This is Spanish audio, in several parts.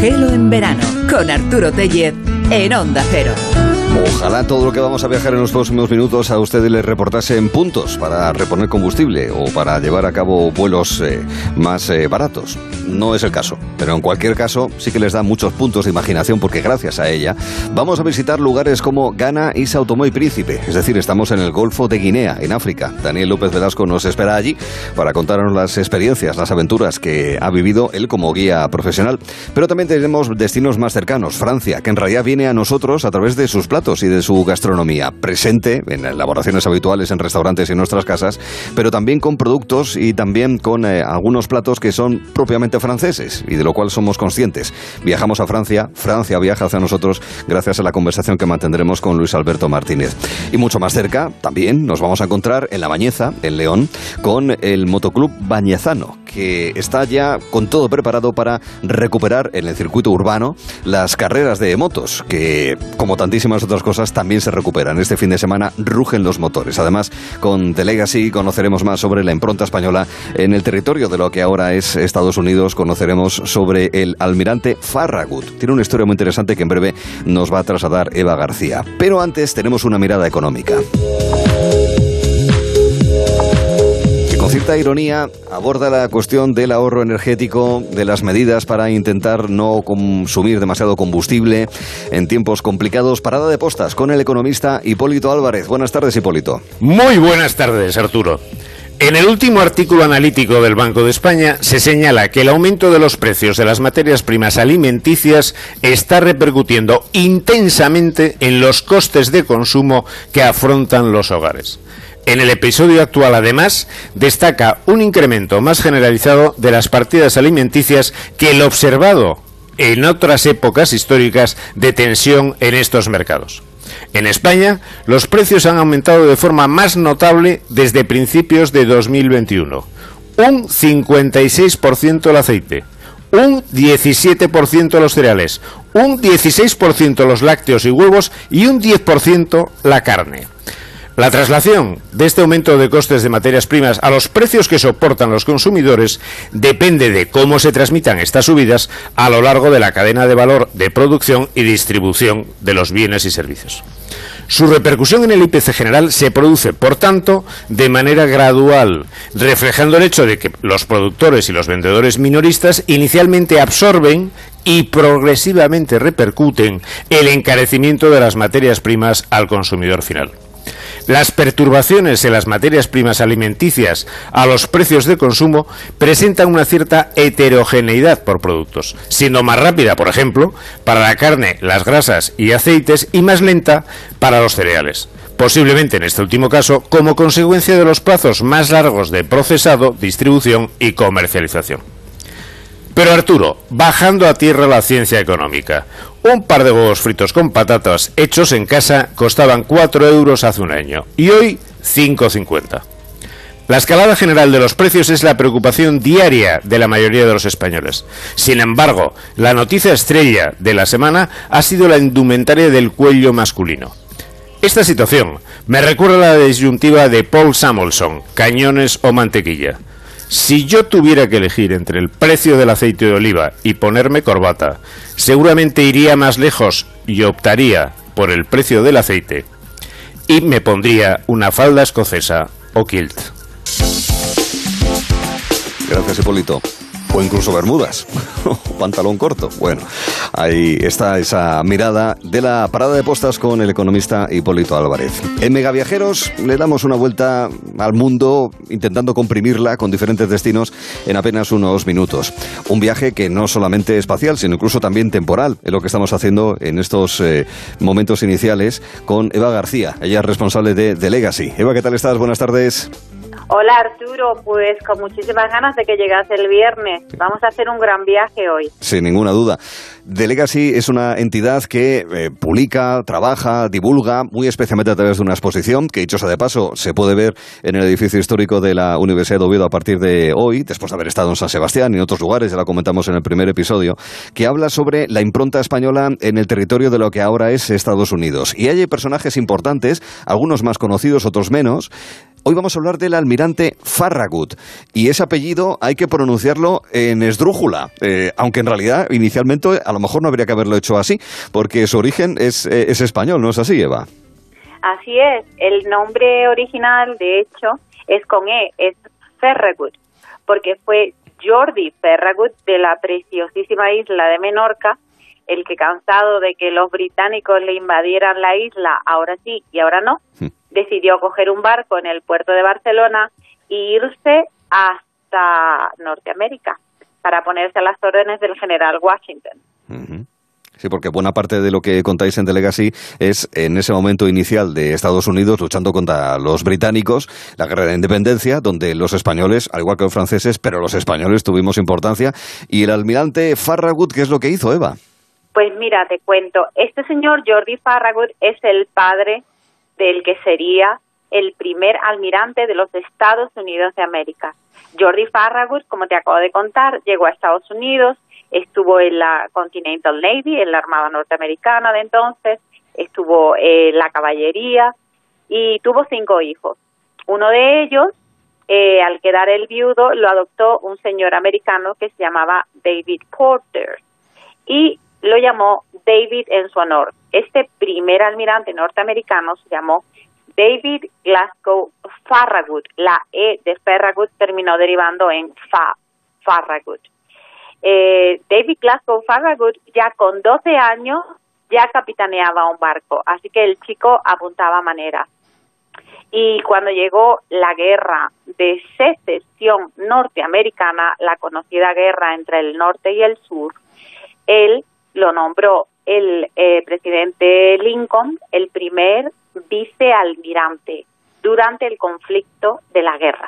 Viajero en verano, con Arturo Tellez, en Onda Cero. Ojalá todo lo que vamos a viajar en los próximos minutos a ustedes les reportase en puntos para reponer combustible o para llevar a cabo vuelos más baratos. No es el caso, pero en cualquier caso sí que les da muchos puntos de imaginación porque gracias a ella vamos a visitar lugares como Ghana y Sao Tomé y Príncipe. Es decir, estamos en el Golfo de Guinea, en África. Daniel López Velasco nos espera allí para contarnos las experiencias, las aventuras que ha vivido él como guía profesional. Pero también tenemos destinos más cercanos, Francia, que en realidad viene a nosotros a través de sus platos y de su gastronomía, presente en elaboraciones habituales en restaurantes y en nuestras casas, pero también con productos y también con algunos platos que son propiamente franceses y de lo cual somos conscientes. Viajamos a Francia, Francia viaja hacia nosotros gracias a la conversación que mantendremos con Luis Alberto Martínez. Y mucho más cerca también nos vamos a encontrar en La Bañeza, en León, con el Motoclub Bañezano, que está ya con todo preparado para recuperar en el circuito urbano las carreras de motos, que como tantísimas otras cosas también se recuperan. Este fin de semana rugen los motores. Además, con The Legacy conoceremos más sobre la impronta española en el territorio de lo que ahora es Estados Unidos. Conoceremos sobre el almirante Farragut. Tiene una historia muy interesante que en breve nos va a trasladar Eva García. Pero antes tenemos una mirada económica. Con cierta ironía aborda la cuestión del ahorro energético, de las medidas para intentar no consumir demasiado combustible en tiempos complicados. Parada de postas con el economista Hipólito Álvarez. Buenas tardes, Hipólito. Muy buenas tardes, Arturo. En el último artículo analítico del Banco de España se señala que el aumento de los precios de las materias primas alimenticias está repercutiendo intensamente en los costes de consumo que afrontan los hogares. En el episodio actual, además, destaca un incremento más generalizado de las partidas alimenticias que el observado en otras épocas históricas de tensión en estos mercados. En España, los precios han aumentado de forma más notable desde principios de 2021. Un 56% el aceite, un 17% los cereales, un 16% los lácteos y huevos y un 10% la carne. La traslación de este aumento de costes de materias primas a los precios que soportan los consumidores depende de cómo se transmitan estas subidas a lo largo de la cadena de valor de producción y distribución de los bienes y servicios. Su repercusión en el IPC general se produce, por tanto, de manera gradual, reflejando el hecho de que los productores y los vendedores minoristas inicialmente absorben y progresivamente repercuten el encarecimiento de las materias primas al consumidor final. Las perturbaciones en las materias primas alimenticias a los precios de consumo presentan una cierta heterogeneidad por productos, siendo más rápida, por ejemplo, para la carne, las grasas y aceites y más lenta para los cereales. Posiblemente en este último caso como consecuencia de los plazos más largos de procesado, distribución y comercialización. Pero Arturo, bajando a tierra la ciencia económica, un par de huevos fritos con patatas hechos en casa costaban 4 euros hace un año y hoy 5,50. La escalada general de los precios es la preocupación diaria de la mayoría de los españoles. Sin embargo, la noticia estrella de la semana ha sido la indumentaria del cuello masculino. Esta situación me recuerda a la disyuntiva de Paul Samuelson, cañones o mantequilla. Si yo tuviera que elegir entre el precio del aceite de oliva y ponerme corbata, seguramente iría más lejos y optaría por el precio del aceite y me pondría una falda escocesa o kilt. Gracias, Hipólito. O incluso bermudas, pantalón corto. Bueno, ahí está esa mirada de la parada de postas con el economista Hipólito Álvarez. En Megaviajeros le damos una vuelta al mundo intentando comprimirla con diferentes destinos en apenas unos minutos. Un viaje que no solamente espacial, sino incluso también temporal, es lo que estamos haciendo en estos momentos iniciales con Eva García. Ella es responsable de The Legacy. Eva, ¿qué tal estás? Buenas tardes. Hola Arturo, pues con muchísimas ganas de que llegase el viernes. Vamos a hacer un gran viaje hoy. Sin ninguna duda. The Legacy es una entidad que publica, trabaja, divulga, muy especialmente a través de una exposición que, dicho sea de paso, se puede ver en el edificio histórico de la Universidad de Oviedo a partir de hoy, después de haber estado en San Sebastián y en otros lugares, ya la comentamos en el primer episodio, que habla sobre la impronta española en el territorio de lo que ahora es Estados Unidos. Y hay personajes importantes, algunos más conocidos, otros menos. Hoy vamos a hablar del almirante Farragut, y ese apellido hay que pronunciarlo en esdrújula, aunque en realidad inicialmente a a lo mejor no habría que haberlo hecho así, porque su origen es español, ¿no es así, Eva? Así es, el nombre original, de hecho, es con E, es Farragut, porque fue Jordi Farragut de la preciosísima isla de Menorca, el que, cansado de que los británicos le invadieran la isla, ahora sí y ahora no, decidió coger un barco en el puerto de Barcelona e irse hasta Norteamérica para ponerse a las órdenes del general Washington. Sí, porque buena parte de lo que contáis en The Legacy es en ese momento inicial de Estados Unidos luchando contra los británicos, la guerra de independencia, donde los españoles, al igual que los franceses, pero los españoles tuvimos importancia. Y el almirante Farragut, ¿qué es lo que hizo, Eva? Pues mira, te cuento, este señor Jordi Farragut es el padre del que sería el primer almirante de los Estados Unidos de América. Jordi Farragut, como te acabo de contar, llegó a Estados Unidos, estuvo en la Continental Navy, en la Armada Norteamericana de entonces, estuvo en la caballería y tuvo 5 hijos. Uno de ellos, al quedar el viudo, lo adoptó un señor americano que se llamaba David Porter y lo llamó David en su honor. Este primer almirante norteamericano se llamó David Glasgow Farragut. La E de Farragut terminó derivando en Farragut. David Glasgow Farragut ya con 12 años ya capitaneaba un barco, así que el chico apuntaba maneras. Y cuando llegó la guerra de secesión norteamericana, la conocida guerra entre el norte y el sur, él lo nombró el presidente Lincoln el primer vicealmirante durante el conflicto de la guerra.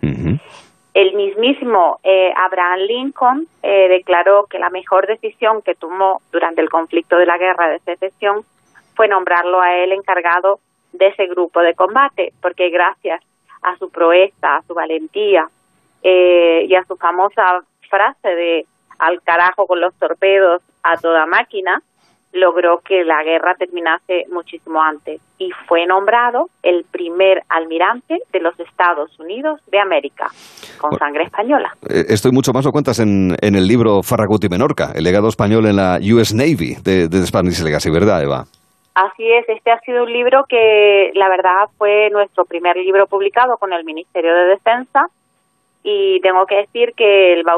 El mismísimo Abraham Lincoln declaró que la mejor decisión que tomó durante el conflicto de la guerra de secesión fue nombrarlo a él encargado de ese grupo de combate, porque gracias a su proeza, a su valentía y a su famosa frase de al carajo con los torpedos a toda máquina, logró que la guerra terminase muchísimo antes y fue nombrado el primer almirante de los Estados Unidos de América, con sangre española. Esto y mucho más lo cuentas en el libro Farragut y Menorca, el legado español en la US Navy de Spanish Legacy, ¿verdad, Eva? Así es, este ha sido un libro que la verdad fue nuestro primer libro publicado con el Ministerio de Defensa y tengo que decir que el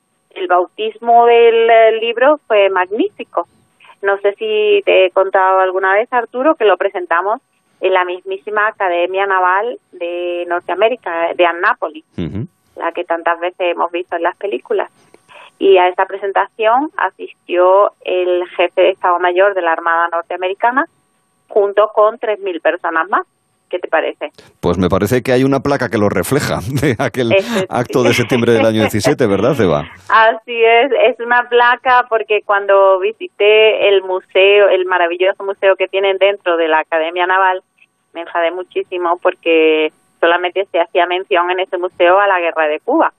bautismo del libro fue magnífico. No sé si te he contado alguna vez, Arturo, que lo presentamos en la mismísima Academia Naval de Norteamérica, de Annapolis, la que tantas veces hemos visto en las películas. Y a esa presentación asistió el jefe de Estado Mayor de la Armada Norteamericana junto con 3.000 personas más. ¿Qué te parece? Pues me parece que hay una placa que lo refleja de aquel acto de septiembre del año 17, ¿verdad, Eva? Así es una placa porque cuando visité el museo, el maravilloso museo que tienen dentro de la Academia Naval, me enfadé muchísimo porque solamente se hacía mención en ese museo a la Guerra de Cuba.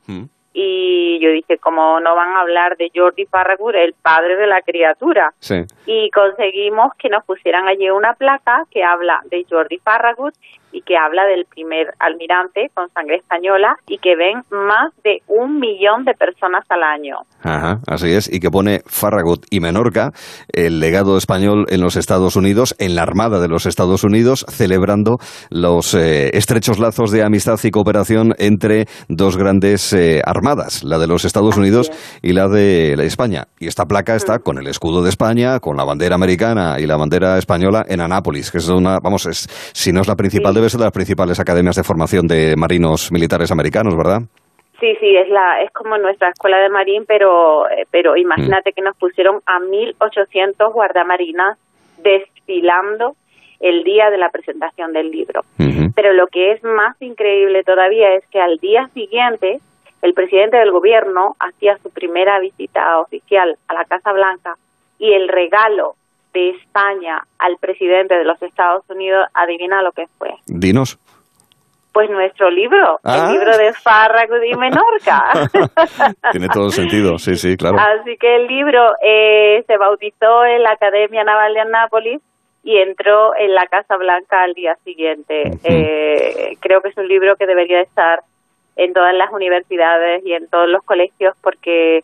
Y yo dije, ¿cómo no van a hablar de Jordi Farragut, el padre de la criatura? Sí. Y conseguimos que nos pusieran allí una placa que habla de Jordi Farragut y que habla del primer almirante con sangre española y que ven más de 1 millón de personas al año. Ajá, así es, y que pone Farragut y Menorca, el legado español en los Estados Unidos, en la Armada de los Estados Unidos, celebrando los estrechos lazos de amistad y cooperación entre dos grandes armadas, la de los Estados Unidos y la de España. Y esta placa está con el escudo de España, con la bandera americana y la bandera española en Annapolis, que es una, vamos, si no es la principal, debe ser de las principales academias de formación de marinos militares americanos, ¿verdad? Sí, es como nuestra escuela de marín, pero imagínate que nos pusieron a 1.800 guardamarinas desfilando el día de la presentación del libro. Pero lo que es más increíble todavía es que al día siguiente el presidente del gobierno hacía su primera visita oficial a la Casa Blanca y el regalo de España al presidente de los Estados Unidos, adivina lo que fue. Dinos. Pues nuestro libro, el libro de Farragut y Menorca. Tiene todo el sentido, sí, claro. Así que el libro se bautizó en la Academia Naval de Annapolis y entró en la Casa Blanca al día siguiente. Creo que es un libro que debería estar en todas las universidades y en todos los colegios porque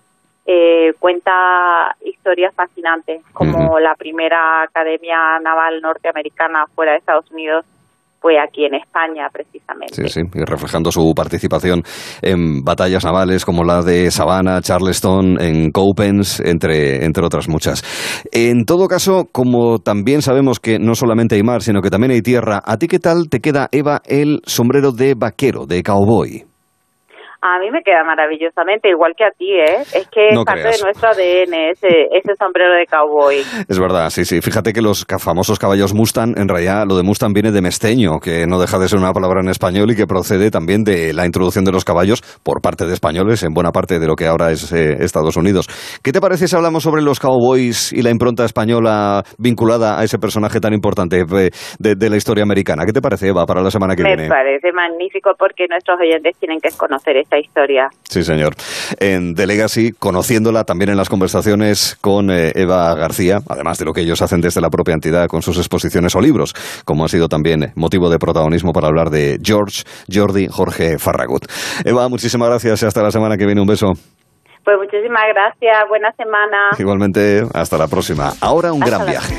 cuenta historias fascinantes, como la primera Academia Naval norteamericana fuera de Estados Unidos fue aquí en España, precisamente. Sí, y reflejando su participación en batallas navales como la de Savannah, Charleston, en Cowpens, entre otras muchas. En todo caso, como también sabemos que no solamente hay mar, sino que también hay tierra, ¿a ti qué tal te queda, Eva, el sombrero de vaquero, de cowboy? A mí me queda maravillosamente, igual que a ti, ¿eh? Es que No es parte creas. de nuestro ADN, ese sombrero de cowboy. Es verdad, sí. Fíjate que los famosos caballos Mustang, en realidad lo de Mustang viene de mesteño, que no deja de ser una palabra en español y que procede también de la introducción de los caballos por parte de españoles en buena parte de lo que ahora es Estados Unidos. ¿Qué te parece si hablamos sobre los cowboys y la impronta española vinculada a ese personaje tan importante de la historia americana? ¿Qué te parece, Eva, para la semana que viene? Me parece magnífico porque nuestros oyentes tienen que conocer esta historia. Sí, señor. En The Legacy, conociéndola también en las conversaciones con Eva García, además de lo que ellos hacen desde la propia entidad con sus exposiciones o libros, como ha sido también motivo de protagonismo para hablar de Jordi Farragut. Eva, muchísimas gracias y hasta la semana que viene. Un beso. Pues muchísimas gracias. Buena semana. Igualmente, hasta la próxima. Ahora un gran viaje.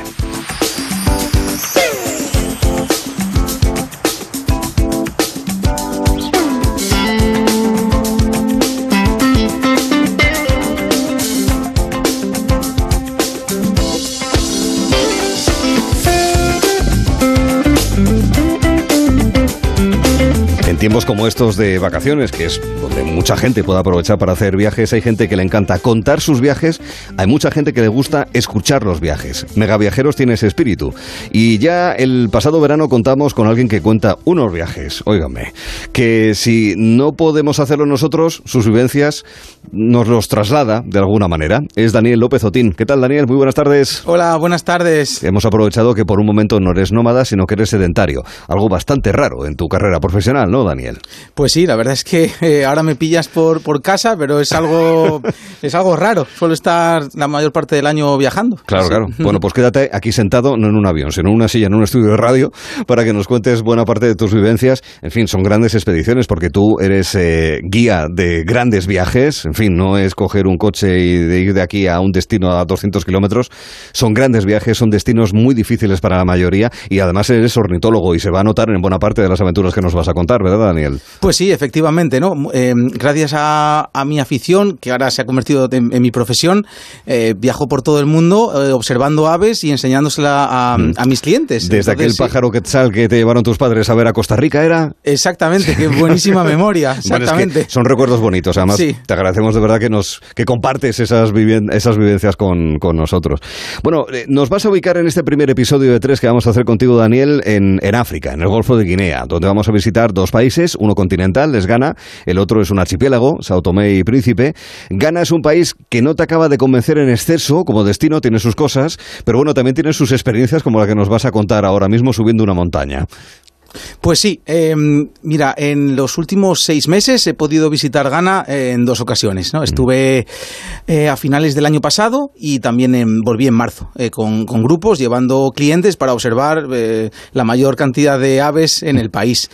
En tiempos como estos de vacaciones, que es donde mucha gente puede aprovechar para hacer viajes, hay gente que le encanta contar sus viajes, hay mucha gente que le gusta escuchar los viajes. Megaviajeros tiene ese espíritu. Y ya el pasado verano contamos con alguien que cuenta unos viajes, óigame, que si no podemos hacerlo nosotros, sus vivencias nos los traslada de alguna manera. Es Daniel López Otín. ¿Qué tal, Daniel? Muy buenas tardes. Hola, buenas tardes. Hemos aprovechado que por un momento no eres nómada, sino que eres sedentario. Algo bastante raro en tu carrera profesional, ¿no, Daniel? Pues sí, la verdad es que ahora me pillas por casa, pero es algo raro. Suelo estar la mayor parte del año viajando. Claro, Sí. claro. Bueno, pues quédate aquí sentado, no en un avión, sino en una silla, en un estudio de radio, para que nos cuentes buena parte de tus vivencias. En fin, son grandes expediciones porque tú eres guía de grandes viajes. En fin, no es coger un coche y de ir de aquí a un destino a 200 kilómetros. Son grandes viajes, son destinos muy difíciles para la mayoría y además eres ornitólogo y se va a notar en buena parte de las aventuras que nos vas a contar, ¿verdad, Daniel? Pues sí, efectivamente, ¿no? Gracias a mi afición, que ahora se ha convertido en mi profesión, viajo por todo el mundo observando aves y enseñándosela a mis clientes. Desde aquel pájaro quetzal que te llevaron tus padres a ver a Costa Rica, ¿era? Exactamente, qué buenísima memoria, exactamente. Bueno, es que son recuerdos bonitos, además Sí. te agradecemos de verdad que compartes esas vivencias con nosotros. Bueno, nos vas a ubicar en este primer episodio de 3 que vamos a hacer contigo, Daniel, en África, en el Golfo de Guinea, donde vamos a visitar dos países, uno continental, es Ghana, el otro es un archipiélago, Sao Tomé y Príncipe. Ghana es un país que no te acaba de convencer en exceso como destino, tiene sus cosas, pero bueno, también tiene sus experiencias como la que nos vas a contar ahora mismo subiendo una montaña. Pues sí, mira, en los últimos 6 meses he podido visitar Ghana en 2 ocasiones, ¿no? Estuve a finales del año pasado y también volví en marzo con grupos llevando clientes para observar la mayor cantidad de aves en el país.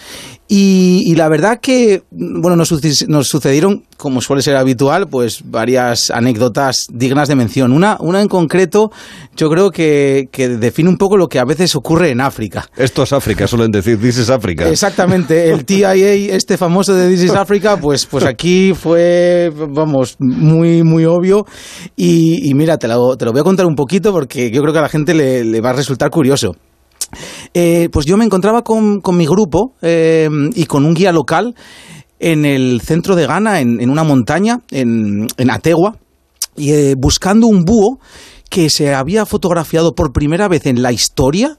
Y la verdad que, bueno, nos sucedieron, como suele ser habitual, pues varias anécdotas dignas de mención. Una en concreto, yo creo que define un poco lo que a veces ocurre en África. Esto es África, suelen decir, this is África. Exactamente, el TIA, este famoso de This is Africa, pues aquí fue, vamos, muy, muy obvio. Y mira, te lo voy a contar un poquito porque yo creo que a la gente le va a resultar curioso. Pues yo me encontraba con mi grupo y con un guía local en el centro de Ghana, en una montaña, en Ategua, y buscando un búho que se había fotografiado por primera vez en la historia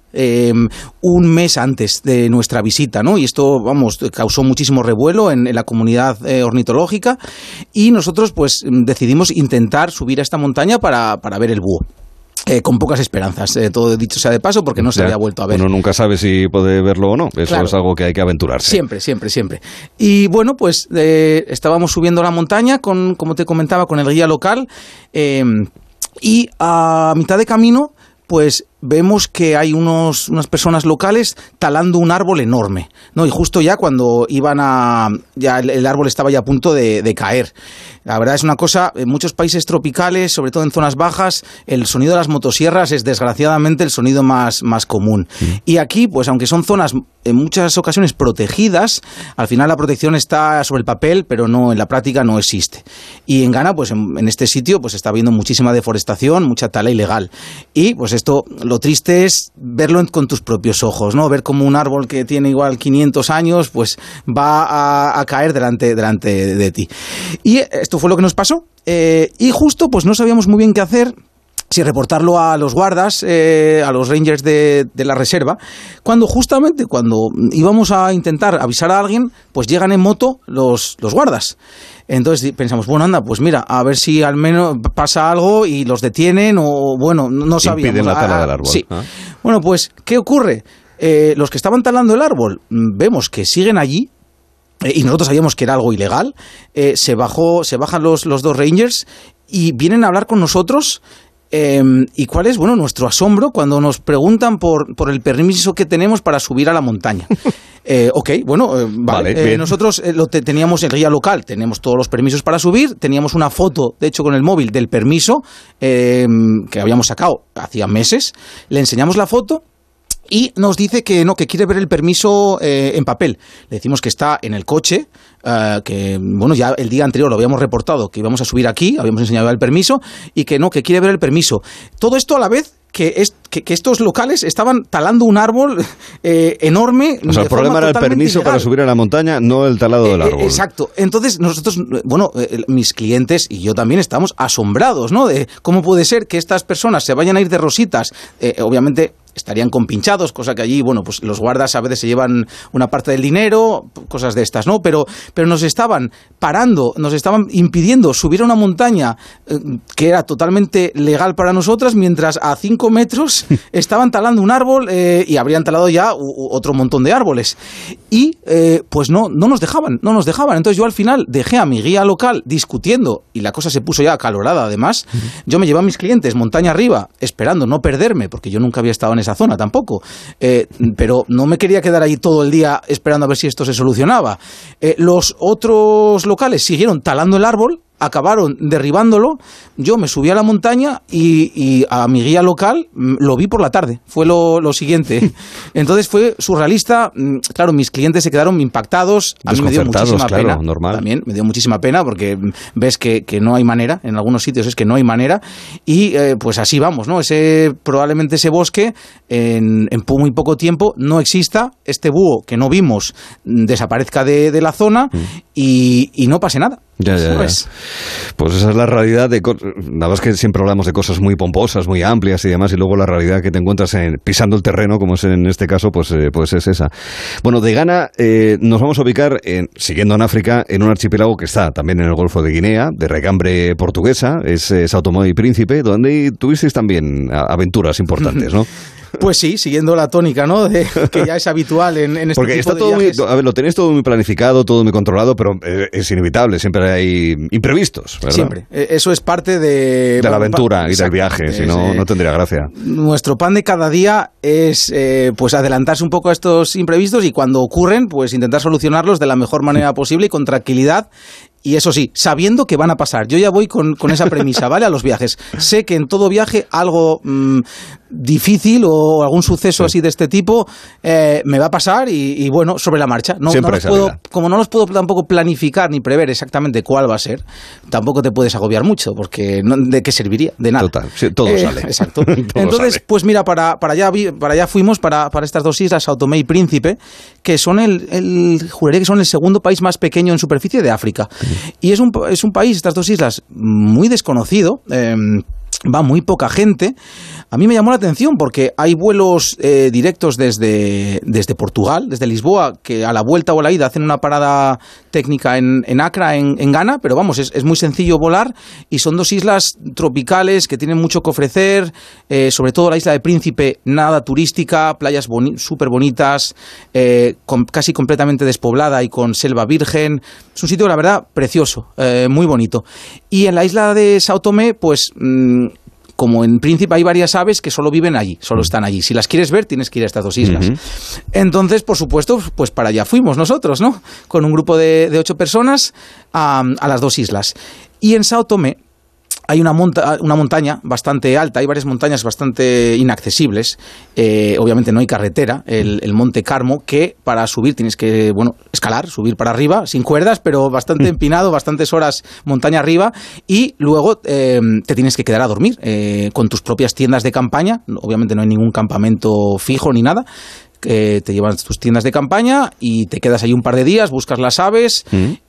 un mes antes de nuestra visita, ¿no? Y esto, vamos, causó muchísimo revuelo en la comunidad ornitológica y nosotros pues decidimos intentar subir a esta montaña para ver el búho. Con pocas esperanzas, todo dicho sea de paso, porque no se había vuelto a ver. Uno nunca sabe si puede verlo o no, eso Claro. es algo que hay que aventurarse. Siempre. Y bueno, pues estábamos subiendo la montaña, como te comentaba, con el guía local, y a mitad de camino, pues vemos que hay unas personas locales talando un árbol enorme, ¿no? Y justo ya cuando ya el árbol estaba ya a punto de caer. La verdad es una cosa, en muchos países tropicales, sobre todo en zonas bajas, el sonido de las motosierras es desgraciadamente el sonido más común. Y aquí, pues aunque son zonas en muchas ocasiones protegidas, al final la protección está sobre el papel, pero no en la práctica no existe. Y en Ghana, pues en este sitio, pues está habiendo muchísima deforestación, mucha tala ilegal. Y pues esto, lo triste es verlo con tus propios ojos, ¿no? Ver cómo un árbol que tiene igual 500 años, pues va a caer delante de ti. Y esto fue lo que nos pasó. Y justo, pues no sabíamos muy bien qué hacer, si reportarlo a los guardas, a los rangers de la reserva, cuando íbamos a intentar avisar a alguien, pues llegan en moto los guardas. Entonces pensamos, bueno, anda, pues mira, a ver si al menos pasa algo y los detienen o, bueno, no sabíamos. Impiden la tala del árbol. Sí. Bueno, pues, ¿qué ocurre? Los que estaban talando el árbol, vemos que siguen allí, y nosotros sabíamos que era algo ilegal. Se bajan los dos rangers y vienen a hablar con nosotros. ¿Y cuál es, bueno, nuestro asombro cuando nos preguntan por el permiso que tenemos para subir a la montaña? Vale. Nosotros teníamos en guía local, tenemos todos los permisos para subir, teníamos una foto, de hecho, con el móvil del permiso que habíamos sacado hacía meses, le enseñamos la foto. Y nos dice que no, que quiere ver el permiso en papel. Le decimos que está en el coche, que bueno, ya el día anterior lo habíamos reportado, que íbamos a subir aquí, habíamos enseñado el permiso, y que no, que quiere ver el permiso. Todo esto a la vez que estos locales estaban talando un árbol enorme. O sea, el problema era el permiso ilegal para subir a la montaña, no el talado del árbol. Exacto. Entonces nosotros, bueno, mis clientes y yo también estamos asombrados, ¿no? De cómo puede ser que estas personas se vayan a ir de rositas, obviamente estarían compinchados, cosa que allí, bueno, pues los guardas a veces se llevan una parte del dinero, cosas de estas, ¿no? Pero nos estaban parando, nos estaban impidiendo subir a una montaña que era totalmente legal para nosotras, mientras a 5 metros estaban talando un árbol y habrían talado ya otro montón de árboles. Y pues no nos dejaban. Entonces yo al final dejé a mi guía local discutiendo y la cosa se puso ya acalorada además. Yo me llevé a mis clientes montaña arriba esperando no perderme, porque yo nunca había estado en esa zona tampoco, pero no me quería quedar ahí todo el día esperando a ver si esto se solucionaba. Los otros locales siguieron talando el árbol, acabaron derribándolo. Yo me subí a la montaña y a mi guía local lo vi por la tarde. Fue lo siguiente. Entonces fue surrealista. Claro, mis clientes se quedaron impactados. A mí me dio muchísima pena. Normal. También me dio muchísima pena porque ves que no hay manera. En algunos sitios es que no hay manera. Y pues así vamos, ¿no? Probablemente ese bosque en muy poco tiempo no exista. Este búho que no vimos desaparezca de la zona y no pase nada. Ya. Pues esa es la realidad. La verdad es que siempre hablamos de cosas muy pomposas, muy amplias y demás, y luego la realidad que te encuentras pisando el terreno, como es en este caso, pues es esa. Bueno, de Ghana nos vamos a ubicar, siguiendo en África, en un archipiélago que está también en el Golfo de Guinea, de recambre portuguesa, es São Tomé y Príncipe, donde tuvisteis también aventuras importantes, ¿no? Pues sí, siguiendo la tónica, ¿no? Que ya es habitual en este porque tipo está de todo viajes. A ver, lo tenéis todo muy planificado, todo muy controlado, pero es inevitable, siempre hay imprevistos, ¿verdad? Siempre. Eso es parte de la aventura y del viaje, si no, no tendría gracia. Nuestro pan de cada día es pues adelantarse un poco a estos imprevistos y cuando ocurren, pues intentar solucionarlos de la mejor manera posible y con tranquilidad. Y eso sí, sabiendo que van a pasar. Yo ya voy con esa premisa, ¿vale? A los viajes. Sé que en todo viaje algo difícil o algún suceso así de este tipo me va a pasar y bueno, sobre la marcha. Como no los puedo tampoco planificar ni prever exactamente cuál va a ser, tampoco te puedes agobiar mucho, porque ¿de qué serviría? De nada. Total, sí, todo sale. Exacto. Todo Entonces, sale. pues mira, para allá fuimos, para estas dos islas, São Tomé y Príncipe, que son juraría que son el segundo país más pequeño en superficie de África. Y es un país, estas dos islas, muy desconocido, va muy poca gente. A mí me llamó la atención porque hay vuelos directos desde Portugal, desde Lisboa, que a la vuelta o a la ida hacen una parada técnica en Accra, en Ghana, pero vamos, es muy sencillo volar y son dos islas tropicales que tienen mucho que ofrecer, sobre todo la isla de Príncipe, nada turística, playas súper bonitas, casi completamente despoblada y con selva virgen. Es un sitio, la verdad, precioso, muy bonito. Y en la isla de São Tomé, pues como en Príncipe hay varias aves que solo viven allí, solo están allí. Si las quieres ver, tienes que ir a estas 2 islas. Entonces, por supuesto, pues para allá fuimos nosotros, ¿no? Con un grupo de 8 personas a las 2 islas. Y en Sao Tomé hay una montaña bastante alta, hay varias montañas bastante inaccesibles. Obviamente no hay carretera, el Monte Carmo, que para subir tienes que, escalar, subir para arriba, sin cuerdas, pero bastante empinado, bastantes horas montaña arriba, y luego te tienes que quedar a dormir con tus propias tiendas de campaña. Obviamente no hay ningún campamento fijo ni nada. Te llevan tus tiendas de campaña y te quedas ahí un par de días, buscas las aves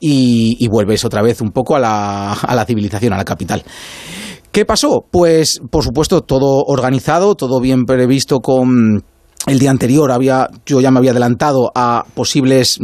y vuelves otra vez un poco a la civilización, a la capital. ¿Qué pasó? Pues, por supuesto, todo organizado, todo bien previsto con... El día anterior yo ya me había adelantado a posibles,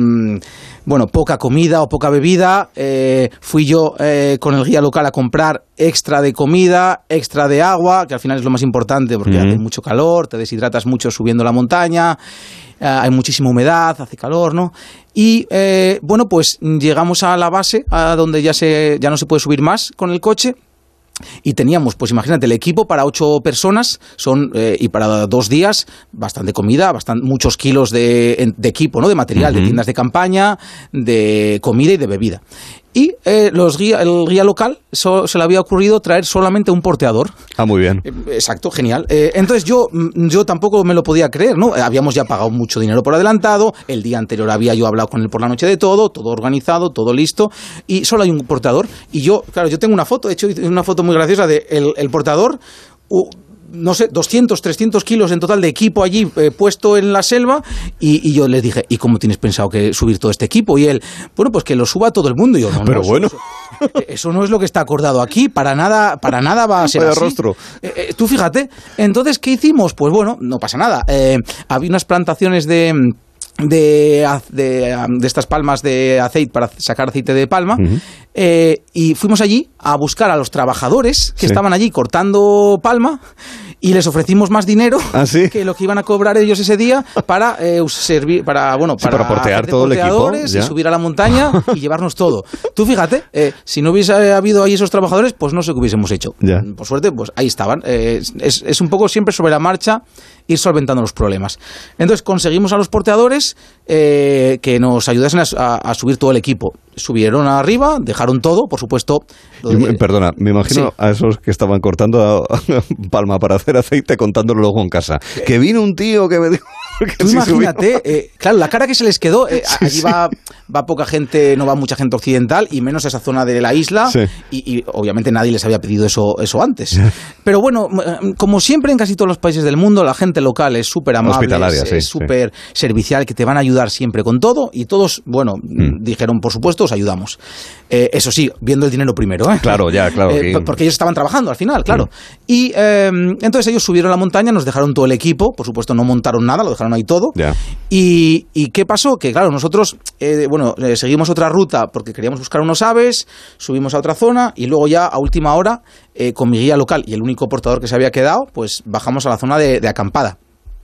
poca comida o poca bebida. Fui yo con el guía local a comprar extra de comida, extra de agua, que al final es lo más importante porque hace mucho calor, te deshidratas mucho subiendo la montaña, hay muchísima humedad, hace calor, ¿no? Y, pues llegamos a la base, a donde ya no se puede subir más con el coche. Y teníamos, pues imagínate, el equipo para 8 personas y para 2 días, bastante comida, muchos kilos de equipo, ¿no? De material, de tiendas de campaña, de comida y de bebida. Y el guía local se le había ocurrido traer solamente un porteador. Ah, muy bien. Exacto, genial. Entonces yo tampoco me lo podía creer, ¿no? Habíamos ya pagado mucho dinero por adelantado, el día anterior había yo hablado con él por la noche de todo organizado, todo listo, y solo hay un porteador. Y yo tengo una foto, de hecho, una foto muy graciosa de el porteador... no sé, 200, 300 kilos en total de equipo allí puesto en la selva, y yo les dije, ¿y cómo tienes pensado que subir todo este equipo? Y él, pues que lo suba todo el mundo. Y yo, no, pero bueno. Eso no es lo que está acordado aquí, para nada va a ser así. Rostro. Tú fíjate. Entonces, ¿qué hicimos? Pues bueno, no pasa nada. Había unas plantaciones de estas palmas de aceite para sacar aceite de palma, y fuimos allí a buscar a los trabajadores que estaban allí cortando palma, y les ofrecimos más dinero que lo que iban a cobrar ellos ese día para servir para portear todo el equipo y subir a la montaña y llevarnos todo. Tú fíjate, si no hubiese habido ahí esos trabajadores, pues no sé qué hubiésemos hecho. Por suerte, pues ahí estaban. Es un poco siempre sobre la marcha ir solventando los problemas. Entonces conseguimos a los porteadores que nos ayudasen a subir todo el equipo. Subieron arriba, dejaron todo, por supuesto. Perdona, me imagino a esos que estaban cortando palma para hacer aceite, contándolo luego en casa. Que vino un tío que me dijo... Tú imagínate, claro, la cara que se les quedó, allí va poca gente, no va mucha gente occidental, y menos esa zona de la isla, y obviamente nadie les había pedido eso antes. Pero bueno, como siempre en casi todos los países del mundo, la gente local es súper amable, es súper servicial, que te van a ayudar siempre con todo, y todos, dijeron, por supuesto, os ayudamos. Eso sí, viendo el dinero primero, ¿eh? Claro, porque ellos estaban trabajando al final, claro. Y entonces ellos subieron la montaña, nos dejaron todo el equipo, por supuesto no montaron nada, lo dejaron ahí todo. ¿Y qué pasó? Que claro, nosotros seguimos otra ruta porque queríamos buscar unos aves, subimos a otra zona, y luego ya a última hora, con mi guía local y el único portador que se había quedado, pues bajamos a la zona de acampada.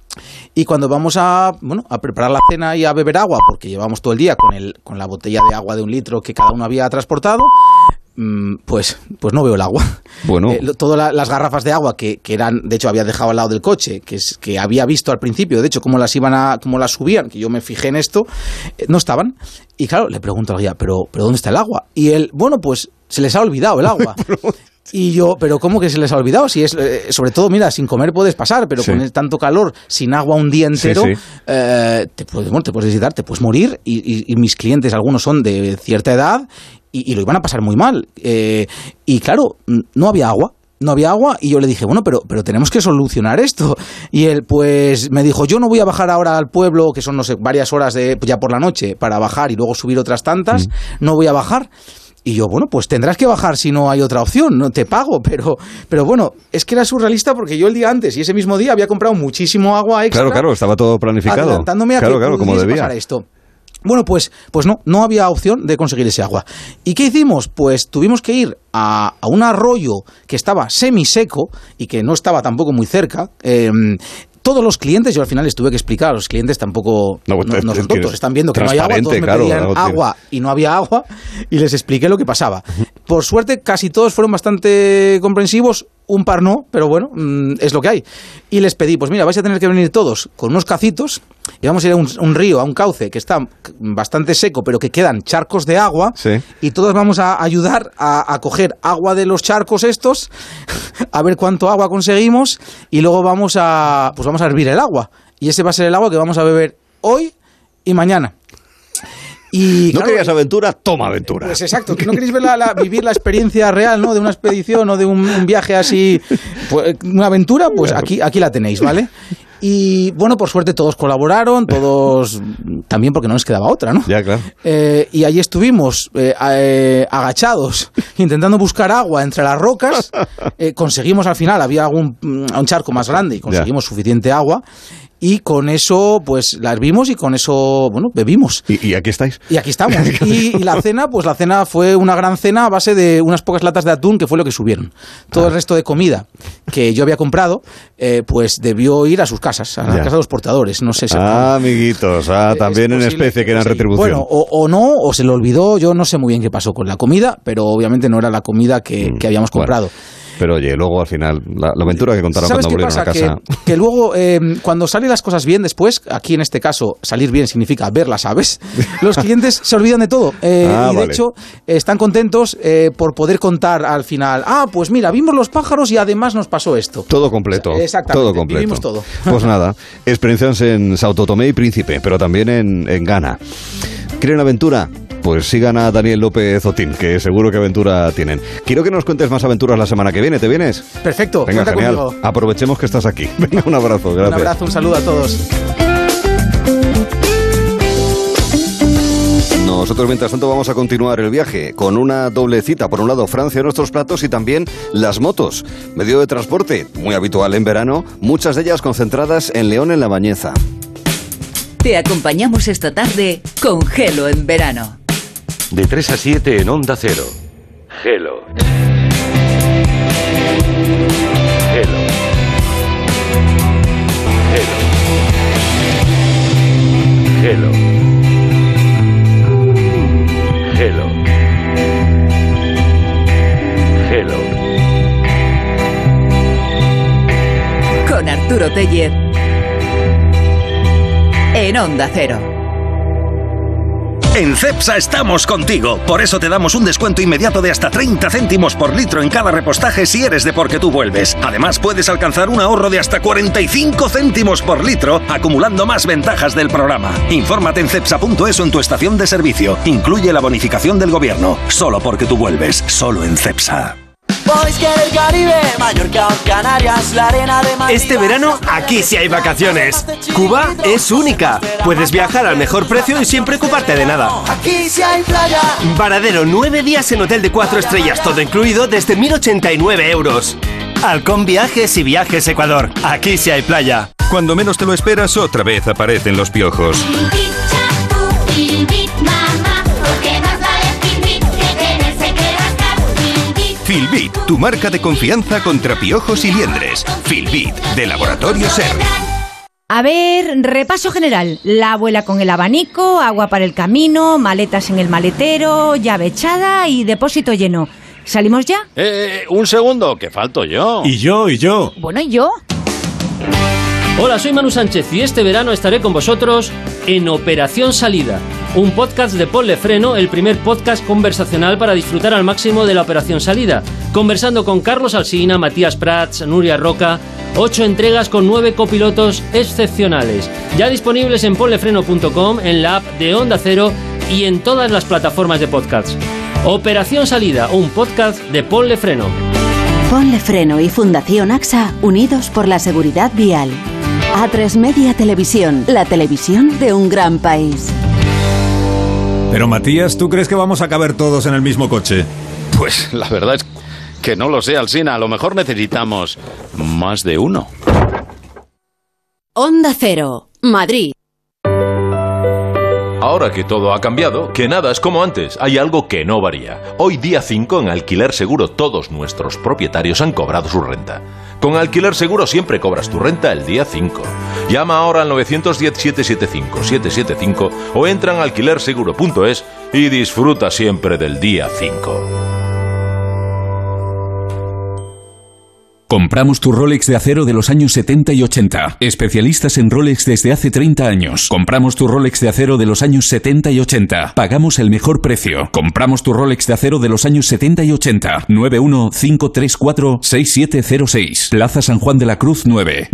Y cuando vamos a preparar la cena y a beber agua, porque llevamos todo el día con la botella de agua de 1 litro que cada uno había transportado, pues no veo el agua. Bueno. Todas las garrafas de agua que eran, de hecho había dejado al lado del coche, que había visto al principio, de hecho cómo las subían, que yo me fijé en esto, no estaban. Y claro, le pregunto al guía, ¿pero ¿dónde está el agua? Y él, pues se les ha olvidado el agua. Y yo, ¿pero cómo que se les ha olvidado? Si es, sobre todo, mira, sin comer puedes pasar, pero con tanto calor, sin agua un día entero, te puedes deshidratar, te puedes morir, y mis clientes, algunos son de cierta edad, y lo iban a pasar muy mal. Y claro, no había agua, y yo le dije, pero tenemos que solucionar esto. Y él, pues, me dijo, yo no voy a bajar ahora al pueblo, que son, no sé, varias horas ya por la noche, para bajar y luego subir otras tantas, no voy a bajar. Y yo, pues tendrás que bajar si no hay otra opción, no te pago, pero bueno, es que era surrealista porque yo el día antes y ese mismo día había comprado muchísimo agua extra. Claro, estaba todo planificado. Adelantándome a que como debía pasar esto. Bueno, pues no había opción de conseguir ese agua. ¿Y qué hicimos? Pues tuvimos que ir a un arroyo que estaba semiseco y que no estaba tampoco muy cerca. Todos los clientes, yo al final les tuve que explicar, los clientes tampoco no son tontos, están viendo que no hay agua, todos me pedían agua y no había agua, y les expliqué lo que pasaba. Por suerte, casi todos fueron bastante comprensivos. un par no, pero bueno, es lo que hay. Y les pedí, pues mira, vais a tener que venir todos con unos cacitos y vamos a ir a un río, a un cauce que está bastante seco, pero que quedan charcos de agua, sí, y todos vamos a ayudar a coger agua de los charcos estos, a ver cuánto agua conseguimos, y luego vamos a hervir el agua. Y ese va a ser el agua que vamos a beber hoy y mañana. Y, ¿no claro, querías aventura? Toma aventura. Pues exacto, que no queréis ver vivir la experiencia real, ¿no? De una expedición o de un viaje así, pues, una aventura, pues aquí la tenéis, ¿vale? Y bueno, por suerte todos colaboraron, todos también porque no les quedaba otra, ¿no? Ya, claro. Y allí estuvimos agachados, intentando buscar agua entre las rocas. Conseguimos al final, había un charco más grande y conseguimos suficiente agua. Y con eso, pues, la hervimos y con eso, bueno, bebimos. ¿Y aquí estáis? Y aquí estamos. Y la cena, pues la cena fue una gran cena a base de unas pocas latas de atún, que fue lo que subieron. Todo el resto de comida que yo había comprado, pues debió ir a sus casas, a la casa de los portadores. No sé si... amiguitos, también en especie que eran retribución. Bueno, o no, o se lo olvidó, yo no sé muy bien qué pasó con la comida, pero obviamente no era la comida que habíamos comprado. Bueno. Pero oye, luego al final, la aventura que contaron cuando volvieron a casa... Que luego, cuando salen las cosas bien después, aquí en este caso, salir bien significa ver las aves, los clientes se olvidan de todo. Y de hecho, están contentos por poder contar al final, pues mira, vimos los pájaros y además nos pasó esto. Todo completo. Exactamente, todo completo. Vivimos todo. Pues nada, experiencias en Sao Tomé y Príncipe, pero también en Ghana. ¿Quieren aventura? Pues sigan a Daniel López Otín, que seguro que aventura tienen. Quiero que nos cuentes más aventuras la semana que viene. ¿Te vienes? Perfecto. Venga, genial. Conmigo. Aprovechemos que estás aquí. Venga, un abrazo. Gracias. Un abrazo, un saludo a todos. Nosotros, mientras tanto, vamos a continuar el viaje con una doble cita. Por un lado, Francia, nuestros platos, y también las motos. Medio de transporte muy habitual en verano, muchas de ellas concentradas en León, en La Bañeza. Te acompañamos esta tarde con Gelo en verano. De 3 a 7 en Onda Cero. Gelo. Gelo. Gelo. Gelo. Gelo. Gelo. Con Arturo Tellez en Onda Cero. En Cepsa estamos contigo. Por eso te damos un descuento inmediato de hasta 30 céntimos por litro en cada repostaje si eres de Porque Tú Vuelves. Además, puedes alcanzar un ahorro de hasta 45 céntimos por litro, acumulando más ventajas del programa. Infórmate en cepsa.es o en tu estación de servicio. Incluye la bonificación del gobierno. Solo Porque Tú Vuelves. Solo en Cepsa. Este verano aquí sí hay vacaciones. Cuba es única. Puedes viajar al mejor precio y sin preocuparte de nada. Aquí sí hay playa. Varadero, 9 días en hotel de 4 estrellas, todo incluido desde 1.089 euros. Halcón Viajes y Viajes Ecuador. Aquí sí hay playa. Cuando menos te lo esperas, otra vez aparecen los piojos. Filbit, tu marca de confianza contra piojos y liendres. Filbit, de Laboratorio Ser. A ver, repaso general. La abuela con el abanico, agua para el camino, maletas en el maletero, llave echada y depósito lleno. ¿Salimos ya? Un segundo, que falto yo. Y yo. Bueno, ¿y yo? Hola, soy Manu Sánchez y este verano estaré con vosotros en Operación Salida, un podcast de Ponle Freno, el primer podcast conversacional para disfrutar al máximo de la Operación Salida, conversando con Carlos Alsina, Matías Prats, Nuria Roca. 8 entregas con 9 copilotos excepcionales, ya disponibles en ponlefreno.com, en la app de Onda Cero y en todas las plataformas de podcasts. Operación Salida, un podcast de Ponle Freno. Ponle Freno y Fundación AXA, unidos por la seguridad vial. A3 Media Televisión, la televisión de un gran país. Pero Matías, ¿tú crees que vamos a caber todos en el mismo coche? Pues la verdad es que no lo sé, Alsina. A lo mejor necesitamos más de uno. Onda Cero, Madrid. Ahora que todo ha cambiado, que nada es como antes, hay algo que no varía. Hoy día 5 en Alquiler Seguro todos nuestros propietarios han cobrado su renta. Con Alquiler Seguro siempre cobras tu renta el día 5. Llama ahora al 910-775-775 o entra en alquilerseguro.es y disfruta siempre del día 5. Compramos tu Rolex de acero de los años 70 y 80. Especialistas en Rolex desde hace 30 años. Compramos tu Rolex de acero de los años 70 y 80. Pagamos el mejor precio. Compramos tu Rolex de acero de los años 70 y 80. 915346706. Plaza San Juan de la Cruz 9.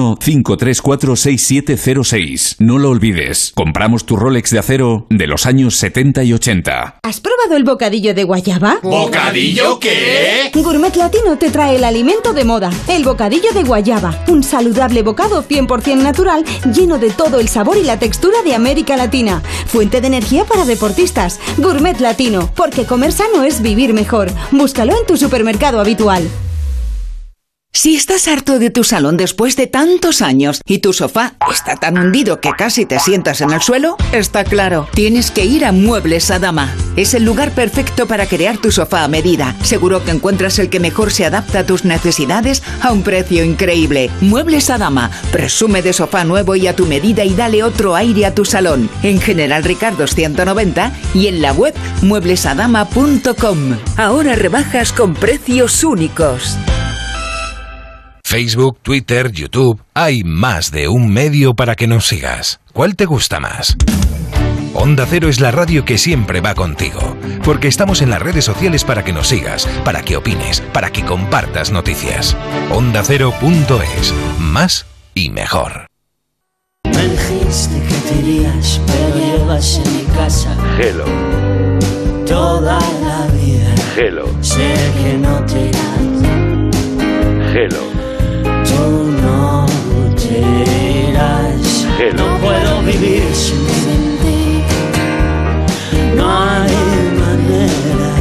915346706. No lo olvides. Compramos tu Rolex de acero de los años 70 y 80. ¿Has probado el bocadillo de guayaba? ¿Bocadillo qué? Gourmet Latino te trae el alimento de moda, el bocadillo de guayaba. Un saludable bocado 100% natural, lleno de todo el sabor y la textura de América Latina. Fuente de energía para deportistas. Gourmet Latino, porque comer sano es vivir mejor. Búscalo en tu supermercado habitual. Si estás harto de tu salón después de tantos años y tu sofá está tan hundido que casi te sientas en el suelo, está claro, tienes que ir a Muebles Adama. Es el lugar perfecto para crear tu sofá a medida. Seguro que encuentras el que mejor se adapta a tus necesidades a un precio increíble. Muebles Adama, presume de sofá nuevo y a tu medida y dale otro aire a tu salón. En General Ricardo 190 y en la web mueblesadama.com. Ahora rebajas con precios únicos. Facebook, Twitter, YouTube, hay más de un medio para que nos sigas. ¿Cuál te gusta más? Onda Cero es la radio que siempre va contigo, porque estamos en las redes sociales para que nos sigas, para que opines, para que compartas noticias. OndaCero.es, más y mejor. Me dijiste que te irías, pero llevas en mi casa Hello. toda la vida. Hello. Sé que no te irás. Hello. Tú no te irás. Hello. No puedo vivir sin ti. No hay manera.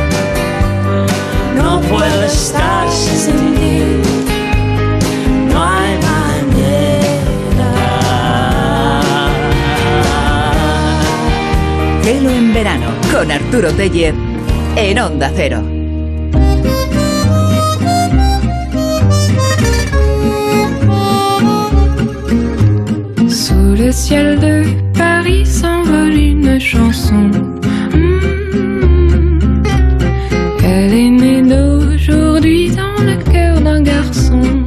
No puedo estar sin ti. No hay manera. Hello en verano con Arturo Tellez en Onda Cero. Sous le ciel de Paris s'envole une chanson. Elle est née d'aujourd'hui dans le cœur d'un garçon.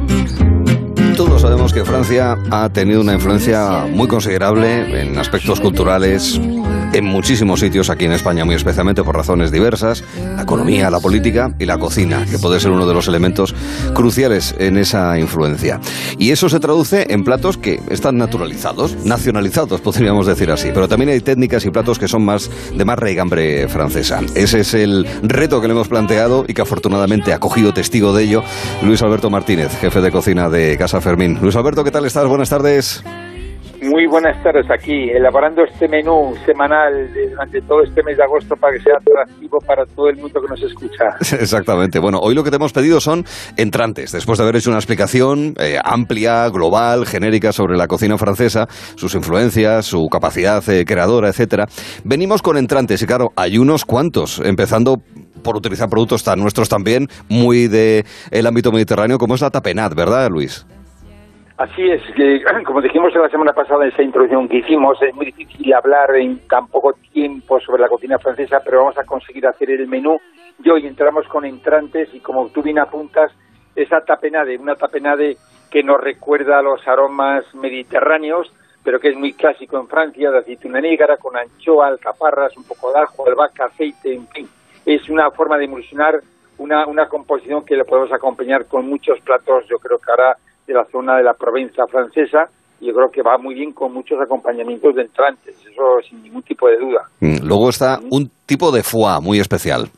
Todos sabemos que Francia ha tenido una influencia muy considerable en aspectos culturales en muchísimos sitios aquí en España, muy especialmente por razones diversas, la economía, la política y la cocina, que puede ser uno de los elementos cruciales en esa influencia. Y eso se traduce en platos que están nacionalizados, podríamos decir así, pero también hay técnicas y platos que son de más raigambre francesa. Ese es el reto que le hemos planteado y que afortunadamente ha cogido testigo de ello Luis Alberto Martínez, jefe de cocina de Casa Fermín. Luis Alberto, ¿qué tal estás? Buenas tardes. Muy buenas tardes, aquí elaborando este menú semanal durante todo este mes de agosto para que sea atractivo para todo el mundo que nos escucha. Exactamente. Bueno, hoy lo que te hemos pedido son entrantes, después de haber hecho una explicación amplia, global, genérica sobre la cocina francesa, sus influencias, su capacidad creadora, etcétera. Venimos con entrantes y claro, hay unos cuantos, empezando por utilizar productos tan nuestros también, muy del ámbito mediterráneo, como es la tapenade, ¿verdad, Luis? Así es, que como dijimos la semana pasada en esa introducción que hicimos, es muy difícil hablar en tan poco tiempo sobre la cocina francesa, pero vamos a conseguir hacer el menú. Y hoy entramos con entrantes y como tú bien apuntas, esa tapenade, una tapenade que nos recuerda a los aromas mediterráneos, pero que es muy clásico en Francia, de aceituna negra, con anchoa, alcaparras, un poco de ajo, albahaca, aceite, en fin. Es una forma de emulsionar una composición que le podemos acompañar con muchos platos, yo creo que ahora de la zona de la Provenza francesa, y yo creo que va muy bien con muchos acompañamientos de entrantes, eso sin ningún tipo de duda. Luego está un tipo de foie muy especial.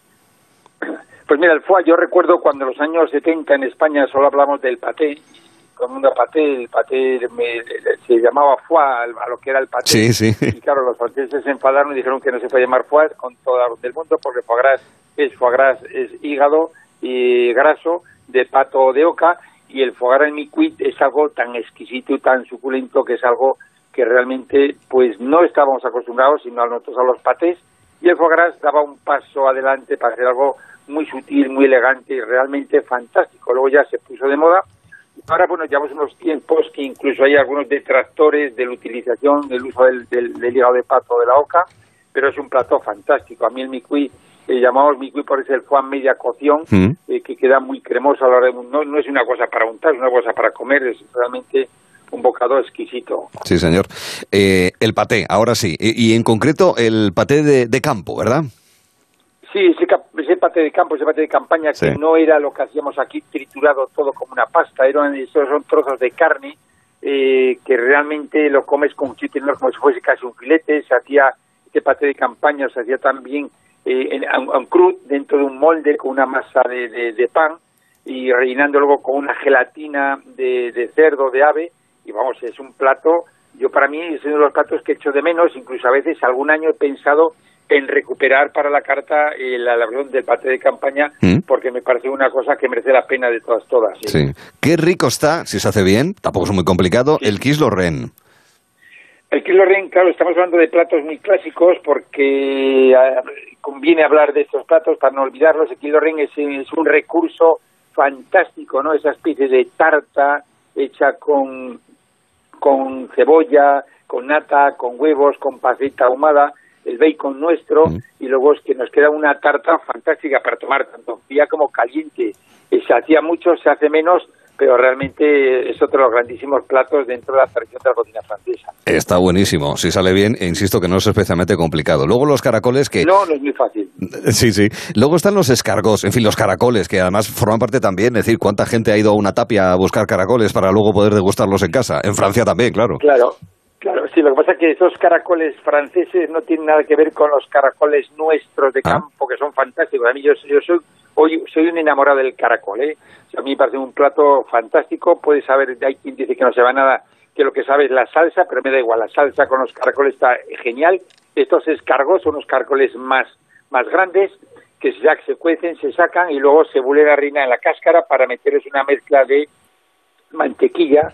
Pues mira, el foie, yo recuerdo cuando en los años 70 en España solo hablamos del paté, con una paté, el paté se llamaba foie a lo que era el paté. Sí, sí. Y claro, los franceses se enfadaron y dijeron que no se puede llamar foie con todo el mundo, porque foie gras es hígado y graso de pato de oca, y el foie gras en mi-cuit es algo tan exquisito y tan suculento que es algo que realmente pues no estábamos acostumbrados, sino nosotros a los patés, y el foie gras daba un paso adelante para hacer algo muy sutil, muy elegante y realmente fantástico. Luego ya se puso de moda. Ahora, bueno, llevamos unos tiempos que incluso hay algunos detractores de la utilización, del uso del hígado de pato de la oca, pero es un plato fantástico. A mí el mi-cuit llamamos micuí por ese el foie media cocción, que queda muy cremoso a la hora de... No es una cosa para untar, es una cosa para comer, es realmente un bocado exquisito. Sí, señor. El paté, ahora sí, y en concreto el paté de campo, ¿verdad? Sí, ese paté de campo, ese paté de campaña, que no era lo que hacíamos aquí, triturado todo como una pasta, son trozos de carne que realmente lo comes con mucho tenor, como si fuese casi un filete. Se hacía este paté de campaña, se hacía también en crudo, dentro de un molde con una masa de pan, y rellenando luego con una gelatina de cerdo, de ave, y vamos, es un plato, para mí es uno de los platos que echo de menos. Incluso a veces algún año he pensado en recuperar para la carta la elaboración del paté de campaña, porque me parece una cosa que merece la pena de todas. Sí. Qué rico está, si se hace bien, tampoco es muy complicado, el quiche lorraine. El quiche lorraine, claro, estamos hablando de platos muy clásicos, porque conviene hablar de estos platos para no olvidarlos. El quiche lorraine es un recurso fantástico, ¿no? Esa especie de tarta hecha con cebolla, con nata, con huevos, con panceta ahumada, el bacon nuestro, y luego es que nos queda una tarta fantástica para tomar tanto fría como caliente. Se hacía mucho, se hace menos, pero realmente es otro de los grandísimos platos dentro de la tradición de la cocina francesa. Está buenísimo, si sale bien, e insisto que no es especialmente complicado. Luego los caracoles que... No es muy fácil. Sí. Luego están los escargots, en fin, los caracoles, que además forman parte también, es decir, ¿cuánta gente ha ido a una tapia a buscar caracoles para luego poder degustarlos en casa? En Francia también, claro. Claro, sí, lo que pasa es que esos caracoles franceses no tienen nada que ver con los caracoles nuestros de campo, que son fantásticos. A mí yo soy un enamorado del caracol, ¿eh? O sea, a mí me parece un plato fantástico. Puedes saber, hay quien dice que no se va nada, que lo que sabe es la salsa, pero me da igual, la salsa con los caracoles está genial. Estos escargots son unos caracoles más grandes, que se cuecen, se sacan y luego se vuelve la harina en la cáscara para meterles una mezcla de mantequilla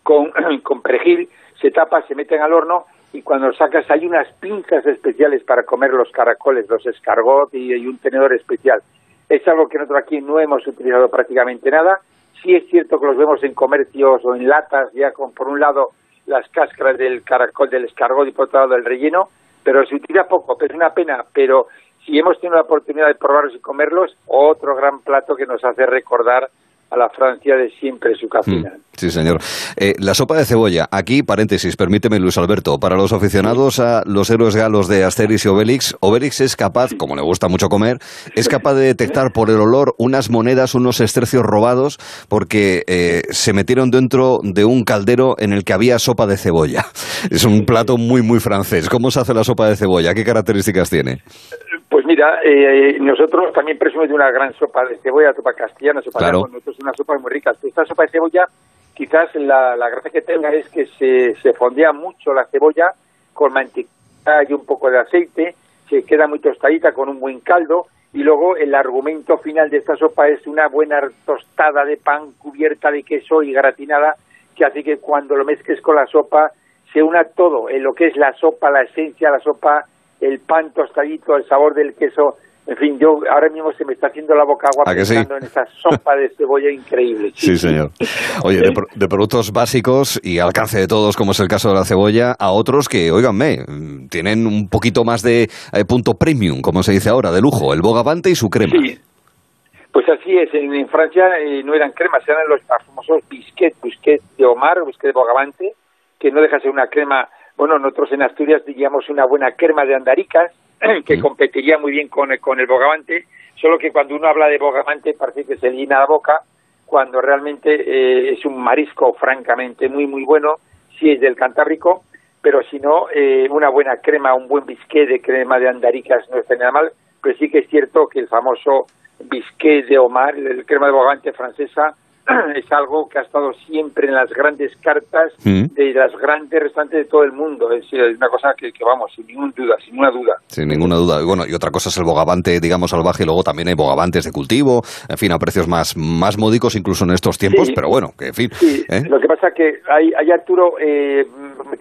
con perejil. Se tapa, se meten al horno, y cuando lo sacas hay unas pinzas especiales para comer los caracoles, los escargots, y un tenedor especial. Es algo que nosotros aquí no hemos utilizado prácticamente nada. Sí es cierto que los vemos en comercios o en latas, ya con por un lado las cáscaras del caracol, del escargot, y por otro lado el relleno, pero se utiliza poco, pero es una pena. Pero si hemos tenido la oportunidad de probarlos y comerlos, otro gran plato que nos hace recordar a la Francia de siempre, su cocina. Sí, señor. La sopa de cebolla. Aquí, paréntesis, permíteme, Luis Alberto, para los aficionados a los héroes galos de Asterix y Obelix es capaz, como le gusta mucho comer, es capaz de detectar por el olor unas monedas, unos estercios robados, porque se metieron dentro de un caldero en el que había sopa de cebolla. Es un plato muy, muy francés. ¿Cómo se hace la sopa de cebolla? ¿Qué características tiene? Pues mira, nosotros también presumimos de una gran sopa de cebolla, sopa castellana, nosotros es una sopa muy rica. Esta sopa de cebolla, quizás la gracia que tenga es que se fondea mucho la cebolla con mantequilla y un poco de aceite, se queda muy tostadita con un buen caldo, y luego el argumento final de esta sopa es una buena tostada de pan cubierta de queso y gratinada, que hace que cuando lo mezcles con la sopa se una todo, en lo que es la sopa, la esencia de la sopa, el pan tostadito, el sabor del queso. En fin, yo ahora mismo se me está haciendo la boca agua pensando en esa sopa de cebolla increíble. Sí, señor. Oye, de productos básicos y al alcance de todos, como es el caso de la cebolla, a otros que, óiganme, tienen un poquito más de punto premium, como se dice ahora, de lujo, el bogavante y su crema. Sí. Pues así es, en Francia no eran cremas, eran los famosos bisquets de Omar, bisquets de bogavante, que no deja de ser una crema. Bueno, nosotros en Asturias diríamos una buena crema de andaricas, que competiría muy bien con el bogavante, solo que cuando uno habla de bogavante parece que se llena la boca, cuando realmente es un marisco francamente muy, muy bueno, si es del Cantábrico, pero si no, una buena crema, un buen bisquet de crema de andaricas no está nada mal, pero sí que es cierto que el famoso bisquet de Omar, el crema de bogavante francesa, es algo que ha estado siempre en las grandes cartas de las grandes restaurantes de todo el mundo. Es una cosa que vamos, sin ninguna duda. Sin ninguna duda. Bueno, y otra cosa es el bogavante, digamos, salvaje, y luego también hay bogavantes de cultivo, en fin, a precios más módicos incluso en estos tiempos, pero bueno, que en fin. Sí. Lo que pasa es que hay Arturo,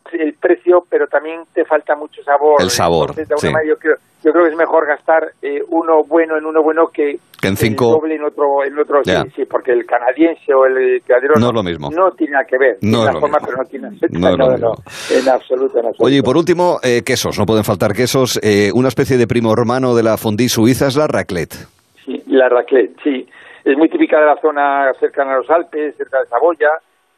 el precio, pero también te falta mucho sabor. El sabor, entonces, de alguna manera, yo creo que es mejor gastar uno bueno que en 5 doble en otro sí, porque el canadiense o el criadero no es lo mismo. No tiene nada que ver. No es lo mismo. Pero no tiene en absoluto. Oye, y por último, quesos, no pueden faltar quesos. Una especie de primo hermano de la fondue suiza es la raclette. Sí, la raclette, sí. Es muy típica de la zona cercana a los Alpes, cerca de Saboya,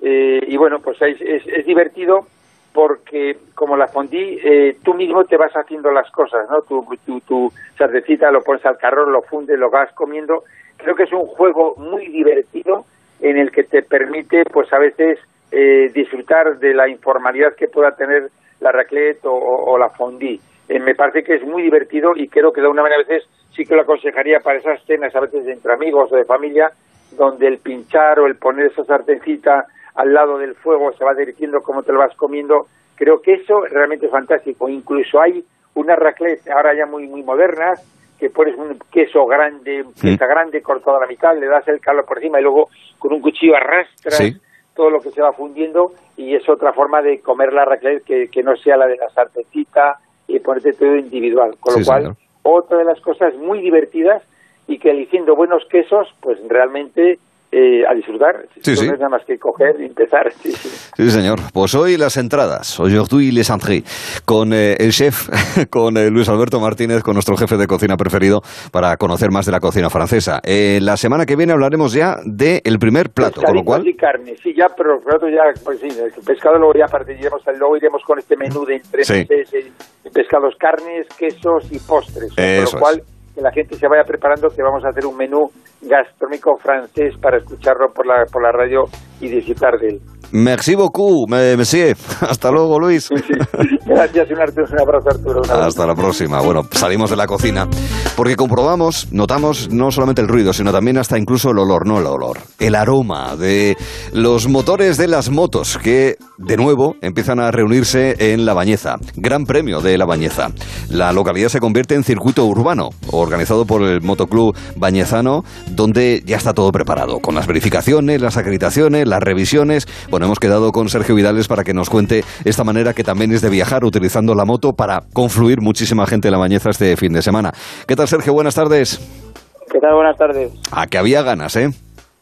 y bueno, pues es divertido porque como la fondue, tú mismo te vas haciendo las cosas, ¿no? Tu sardecita lo pones al carro, lo fundes, lo vas comiendo. Creo que es un juego muy divertido en el que te permite, pues a veces, disfrutar de la informalidad que pueda tener la raclette o la fondue. Me parece que es muy divertido y creo que de alguna manera a veces sí que lo aconsejaría para esas cenas, a veces entre amigos o de familia, donde el pinchar o el poner esa sartencita al lado del fuego se va derritiendo como te lo vas comiendo. Creo que eso realmente es fantástico. Incluso hay unas raclettes ahora ya muy muy modernas, que pones un queso grande, pieza grande cortado a la mitad, le das el calor por encima y luego con un cuchillo arrastras todo lo que se va fundiendo, y es otra forma de comer la raclette que no sea la de la sartencita y ponerte todo individual. Con lo cual, otra de las cosas muy divertidas y que eligiendo buenos quesos, pues realmente a disfrutar. No es nada más que coger y empezar. Sí, señor. Pues hoy las entradas, aujourd'hui les entrées, con el chef, con Luis Alberto Martínez, con nuestro jefe de cocina preferido, para conocer más de la cocina francesa. La semana que viene hablaremos ya del primer plato, con lo cual... y carne, sí, ya, pero el plato ya, pues sí, el pescado luego ya luego iremos con este menú de entre pescados, carnes, quesos y postres, con lo cual... que la gente se vaya preparando, que vamos a hacer un menú gastronómico francés para escucharlo por la radio y disfrutar de él. Merci beaucoup, monsieur. Hasta luego, Luis. Gracias, un abrazo, Arturo. Hasta la próxima. Bueno, salimos de la cocina porque notamos no solamente el ruido, sino también hasta incluso el olor, no el olor, el aroma de los motores de las motos que, de nuevo, empiezan a reunirse en La Bañeza. Gran Premio de La Bañeza. La localidad se convierte en circuito urbano, organizado por el Motoclub Bañezano, donde ya está todo preparado, con las verificaciones, las acreditaciones, las revisiones. Bueno, hemos quedado con Sergio Vidales para que nos cuente esta manera que también es de viajar utilizando la moto para confluir muchísima gente en La Bañeza este fin de semana. ¿Qué tal, Sergio? Buenas tardes. ¿Qué tal? Buenas tardes. Que había ganas, ¿eh?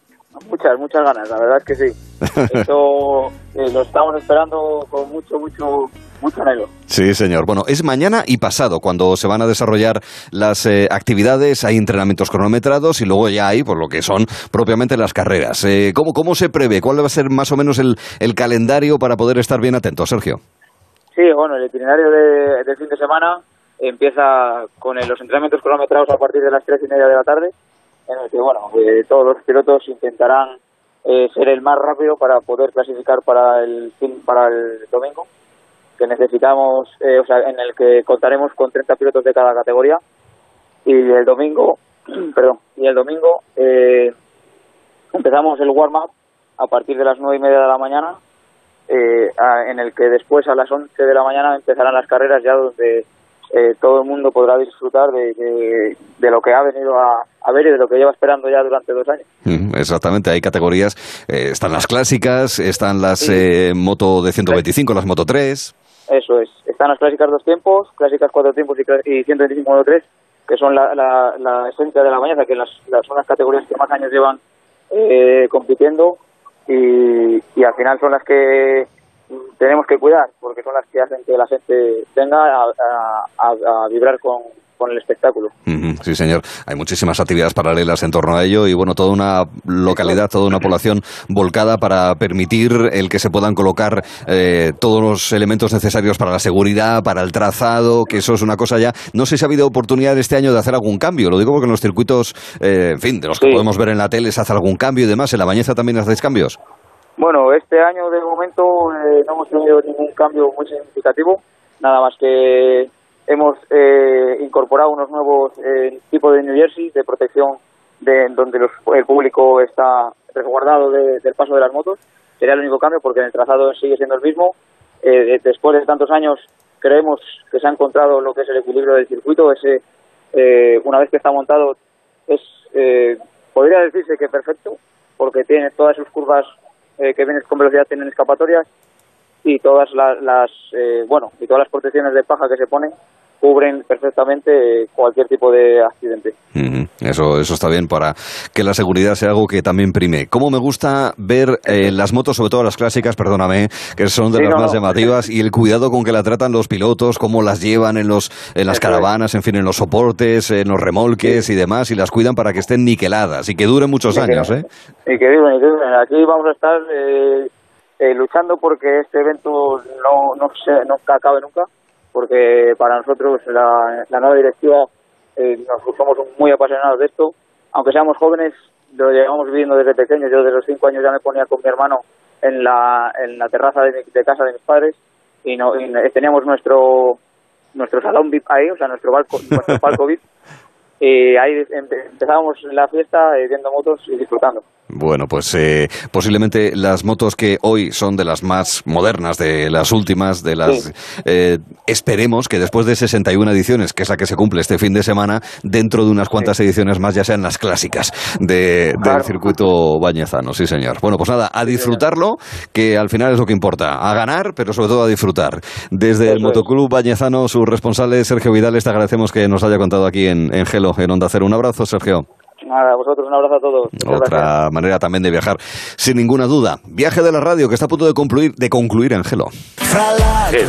Muchas ganas, la verdad es que sí. Esto lo estamos esperando con mucho anhelo. Sí, señor. Bueno, es mañana y pasado cuando se van a desarrollar las actividades, hay entrenamientos cronometrados y luego ya hay, por lo que son propiamente las carreras. ¿Cómo se prevé? ¿Cuál va a ser más o menos el calendario para poder estar bien atentos, Sergio? Sí, bueno, el itinerario del fin de semana empieza con los entrenamientos cronometrados a partir de las 3:30 de la tarde, en el que, todos los pilotos intentarán ser el más rápido para poder clasificar para el domingo, que necesitamos, en el que contaremos con 30 pilotos de cada categoría, y el domingo empezamos el warm-up a partir de las 9:30 de la mañana, en el que después a las 11 de la mañana empezarán las carreras, ya donde todo el mundo podrá disfrutar de lo que ha venido a ver y de lo que lleva esperando ya durante 2 años. Exactamente, hay categorías, están las clásicas, están las moto de 125, las moto 3. Eso es, están las clásicas 2 tiempos, clásicas 4 tiempos y 125 moto 3, que son la esencia de La Bañeza, que son las categorías que más años llevan compitiendo, y al final son las que tenemos que cuidar, porque son las que hacen que la gente venga a vibrar con el espectáculo. Sí, señor. Hay muchísimas actividades paralelas en torno a ello y, toda una localidad, toda una población volcada para permitir el que se puedan colocar todos los elementos necesarios para la seguridad, para el trazado, que eso es una cosa ya. No sé si ha habido oportunidad este año de hacer algún cambio. Lo digo porque en los circuitos, de los que podemos ver en la tele, se hace algún cambio y demás. ¿En La Bañeza también hacéis cambios? Bueno, este año de momento no hemos tenido ningún cambio muy significativo, nada más que hemos incorporado unos nuevos tipos de New Jersey de protección donde el público está resguardado del paso de las motos. Sería el único cambio porque el trazado sigue siendo el mismo. Después de tantos años creemos que se ha encontrado lo que es el equilibrio del circuito. Una vez que está montado podría decirse que perfecto, porque tiene todas sus curvas que vienen con velocidad, tienen escapatorias, y todas y todas las protecciones de paja que se ponen cubren perfectamente cualquier tipo de accidente. Eso está bien para que la seguridad sea algo que también prime. Cómo me gusta ver las motos, sobre todo las clásicas, perdóname, que son de las más llamativas, y el cuidado con que la tratan los pilotos, cómo las llevan en las caravanas, en fin, en los soportes, en los remolques y demás, y las cuidan para que estén niqueladas y que duren muchos años, ¿eh? Y que duren. Aquí vamos a estar luchando porque este evento no acabe nunca, porque para nosotros la nueva directiva somos muy apasionados de esto, aunque seamos jóvenes, lo llevamos viviendo desde pequeños. Yo desde los 5 años ya me ponía con mi hermano en la terraza de casa de mis padres y teníamos nuestro salón VIP ahí, o sea, nuestro palco VIP, y ahí empezábamos la fiesta viendo motos y disfrutando. Bueno, pues posiblemente las motos que hoy son de las más modernas, de las últimas, esperemos que después de 61 ediciones, que es la que se cumple este fin de semana, dentro de unas cuantas ediciones más ya sean las clásicas del circuito bañezano, sí señor. Bueno, pues nada, a disfrutarlo, que al final es lo que importa, a ganar, pero sobre todo a disfrutar. Desde el Motoclub Bañezano, su responsable Sergio Vidales, te agradecemos que nos haya contado aquí en Gelo, en Onda Cero. Un abrazo, Sergio. Nada, a vosotros un abrazo a todos. Otra manera también de viajar, sin ninguna duda. Viaje de la radio que está a punto de concluir en Gelo.